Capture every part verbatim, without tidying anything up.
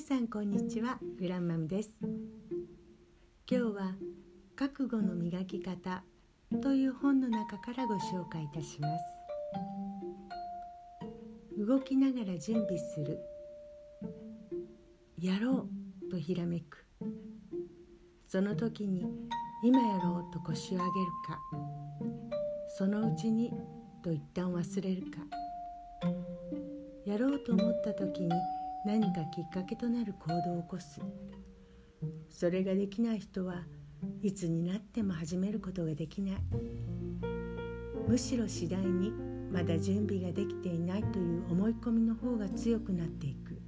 さんこんにちは、グランマムです。今日は覚悟の磨き方という本の中からご紹介いたします。動きながら準備する、やろうとひらめく、その時に今やろうと腰を上げるか、そのうちにと一旦忘れるか、やろうと思った時に何かきっかけとなる行動を起こす。それができない人はいつになっても始めることができない。むしろ次第にまだ準備ができていないという思い込みの方が強くなっていく。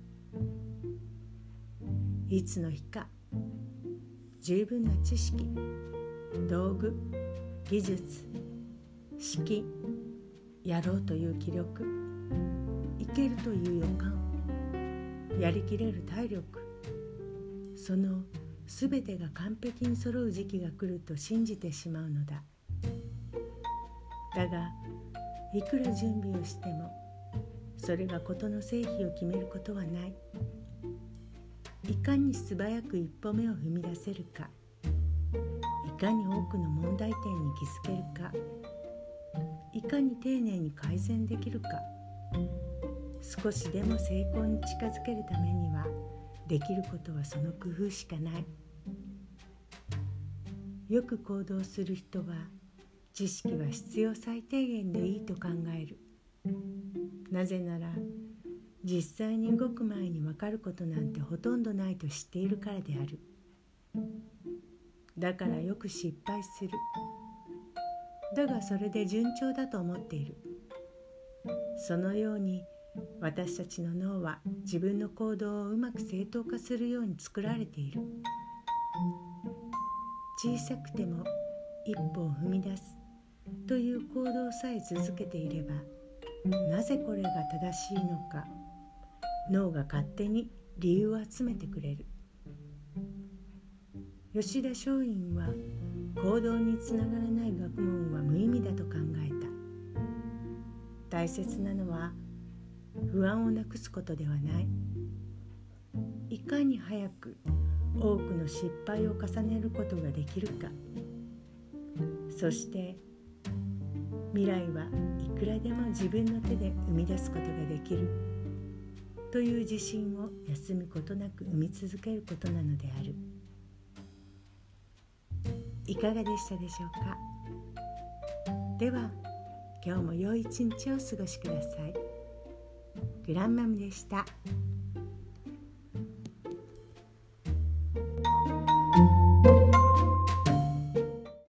いつの日か十分な知識、道具、技術、資金、やろうという気力、いけるという予感、やりきれる体力、そのすべてが完璧に揃う時期が来ると信じてしまうのだ。だがいくら準備をしてもそれが事の成否を決めることはない。いかに素早く一歩目を踏み出せるか、いかに多くの問題点に気づけるか、いかに丁寧に改善できるか、少しでも成功に近づけるためにはできることはその工夫しかない。よく行動する人は知識は必要最低限でいいと考える。なぜなら実際に動く前に分かることなんてほとんどないと知っているからである。だからよく失敗する。だがそれで順調だと思っている。そのように私たちの脳は自分の行動をうまく正当化するように作られている。小さくても一歩を踏み出すという行動さえ続けていれば、なぜこれが正しいのか、脳が勝手に理由を集めてくれる。吉田松陰は行動につながらない学問は無意味だと考えた。大切なのは不安をなくすことではない。いかに早く多くの失敗を重ねることができるか。そして未来はいくらでも自分の手で生み出すことができるという自信を休むことなく生み続けることなのである。いかがでしたでしょうか。では今日も良い一日をお過ごしください。グランマムでした。